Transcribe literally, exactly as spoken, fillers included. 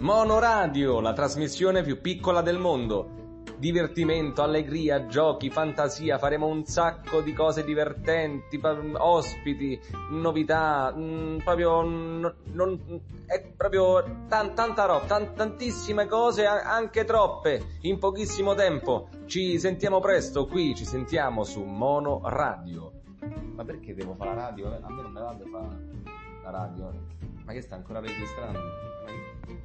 Monoradio, la trasmissione più piccola del mondo. Divertimento, allegria, giochi, fantasia, faremo un sacco di cose divertenti, ospiti, novità, mh, proprio n- non, è proprio tan, tanta roba, tan, tantissime cose, anche troppe, in pochissimo tempo. Ci sentiamo presto qui, ci sentiamo su Monoradio. Ma perché devo fare la radio? A me non me la va di fare la radio. Ma che sta ancora registrando?